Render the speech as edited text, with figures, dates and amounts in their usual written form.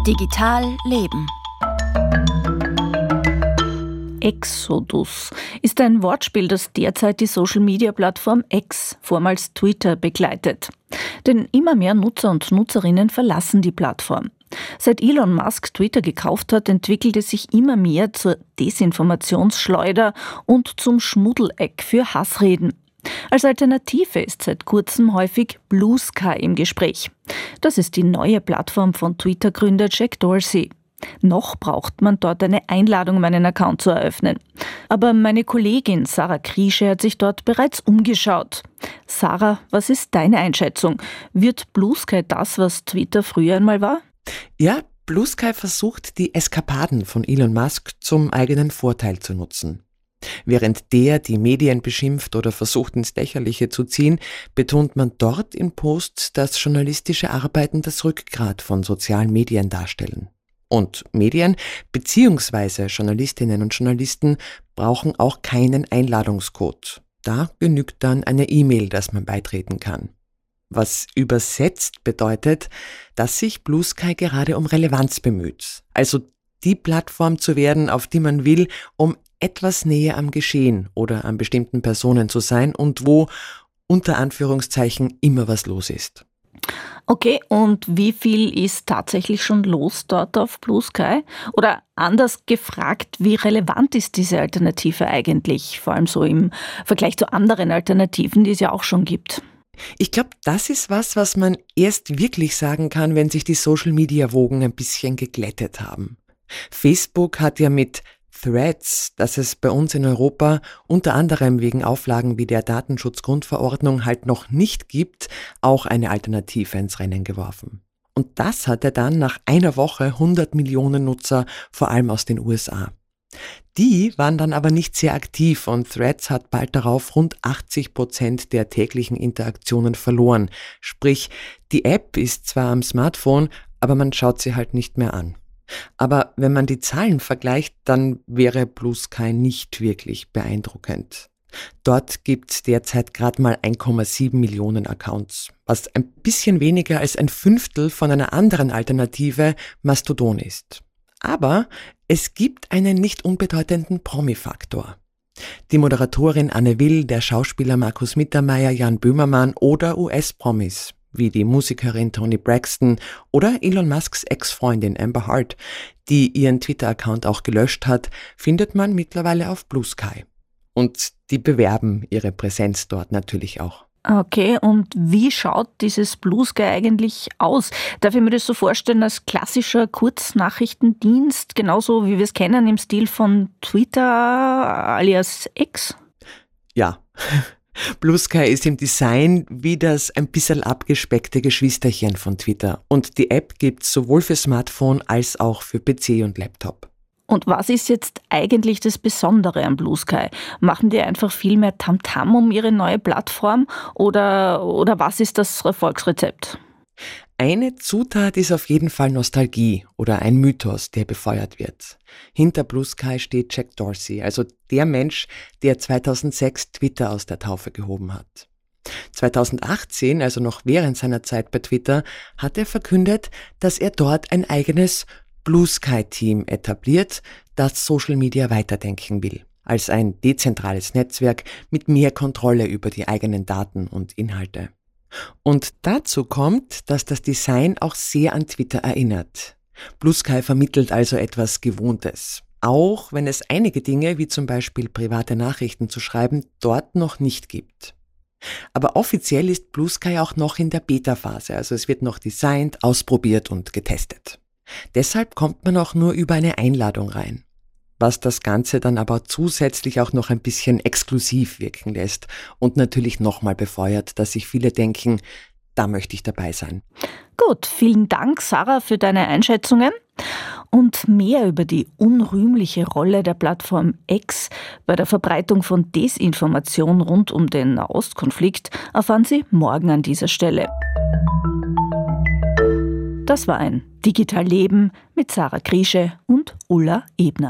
Digital Leben. Exodus ist ein Wortspiel, das derzeit die Social-Media-Plattform X, vormals Twitter, begleitet. Denn immer mehr Nutzer und Nutzerinnen verlassen die Plattform. Seit Elon Musk Twitter gekauft hat, entwickelt es sich immer mehr zur Desinformationsschleuder und zum Schmuddeleck für Hassreden. Als Alternative ist seit kurzem häufig Blue Sky im Gespräch. Das ist die neue Plattform von Twitter-Gründer Jack Dorsey. Noch braucht man dort eine Einladung, um einen Account zu eröffnen. Aber meine Kollegin Sarah Kriesche hat sich dort bereits umgeschaut. Sarah, was ist deine Einschätzung? Wird Blue Sky das, was Twitter früher einmal war? Ja, Blue Sky versucht, die Eskapaden von Elon Musk zum eigenen Vorteil zu nutzen. Während der die Medien beschimpft oder versucht, ins Lächerliche zu ziehen, betont man dort in Posts, dass journalistische Arbeiten das Rückgrat von sozialen Medien darstellen. Und Medien bzw. Journalistinnen und Journalisten brauchen auch keinen Einladungscode. Da genügt dann eine E-Mail, dass man beitreten kann. Was übersetzt bedeutet, dass sich Blue Sky gerade um Relevanz bemüht. Also die Plattform zu werden, auf die man will, um etwas näher am Geschehen oder an bestimmten Personen zu sein und wo, unter Anführungszeichen, immer was los ist. Okay, und wie viel ist tatsächlich schon los dort auf Blue Sky? Oder anders gefragt, wie relevant ist diese Alternative eigentlich? Vor allem so im Vergleich zu anderen Alternativen, die es ja auch schon gibt. Ich glaube, das ist was man erst wirklich sagen kann, wenn sich die Social-Media-Wogen ein bisschen geglättet haben. Facebook hat ja mit Threads, das es bei uns in Europa unter anderem wegen Auflagen wie der Datenschutzgrundverordnung halt noch nicht gibt, auch eine Alternative ins Rennen geworfen. Und das hatte dann nach einer Woche 100 Millionen Nutzer, vor allem aus den USA. Die waren dann aber nicht sehr aktiv und Threads hat bald darauf rund 80% der täglichen Interaktionen verloren. Sprich, die App ist zwar am Smartphone, aber man schaut sie halt nicht mehr an. Aber wenn man die Zahlen vergleicht, dann wäre Blue Sky nicht wirklich beeindruckend. Dort gibt's derzeit gerade mal 1,7 Millionen Accounts, was ein bisschen weniger als ein Fünftel von einer anderen Alternative, Mastodon, ist. Aber es gibt einen nicht unbedeutenden Promi-Faktor. Die Moderatorin Anne Will, der Schauspieler Markus Mittermeier, Jan Böhmermann oder US-Promis wie die Musikerin Toni Braxton oder Elon Musks Ex-Freundin Amber Heard, die ihren Twitter-Account auch gelöscht hat, findet man mittlerweile auf Blue Sky. Und die bewerben ihre Präsenz dort natürlich auch. Okay, und wie schaut dieses Blue Sky eigentlich aus? Darf ich mir das so vorstellen als klassischer Kurznachrichtendienst, genauso wie wir es kennen im Stil von Twitter alias X? Ja. Blue Sky ist im Design wie das ein bisschen abgespeckte Geschwisterchen von Twitter. Und die App gibt's sowohl für Smartphone als auch für PC und Laptop. Und was ist jetzt eigentlich das Besondere am Blue Sky? Machen die einfach viel mehr Tamtam um ihre neue Plattform oder was ist das Erfolgsrezept? Eine Zutat ist auf jeden Fall Nostalgie oder ein Mythos, der befeuert wird. Hinter Blue Sky steht Jack Dorsey, also der Mensch, der 2006 Twitter aus der Taufe gehoben hat. 2018, also noch während seiner Zeit bei Twitter, hat er verkündet, dass er dort ein eigenes Blue Sky Team etabliert, das Social Media weiterdenken will, als ein dezentrales Netzwerk mit mehr Kontrolle über die eigenen Daten und Inhalte. Und dazu kommt, dass das Design auch sehr an Twitter erinnert. Blue Sky vermittelt also etwas Gewohntes, auch wenn es einige Dinge, wie zum Beispiel private Nachrichten zu schreiben, dort noch nicht gibt. Aber offiziell ist Blue Sky auch noch in der Beta-Phase, also es wird noch designt, ausprobiert und getestet. Deshalb kommt man auch nur über eine Einladung rein, was das Ganze dann aber zusätzlich auch noch ein bisschen exklusiv wirken lässt und natürlich nochmal befeuert, dass sich viele denken, da möchte ich dabei sein. Gut, vielen Dank, Sarah, für deine Einschätzungen. Und mehr über die unrühmliche Rolle der Plattform X bei der Verbreitung von Desinformation rund um den Nahostkonflikt erfahren Sie morgen an dieser Stelle. Das war ein Digital Leben mit Sarah Kriesche und Ulla Ebner.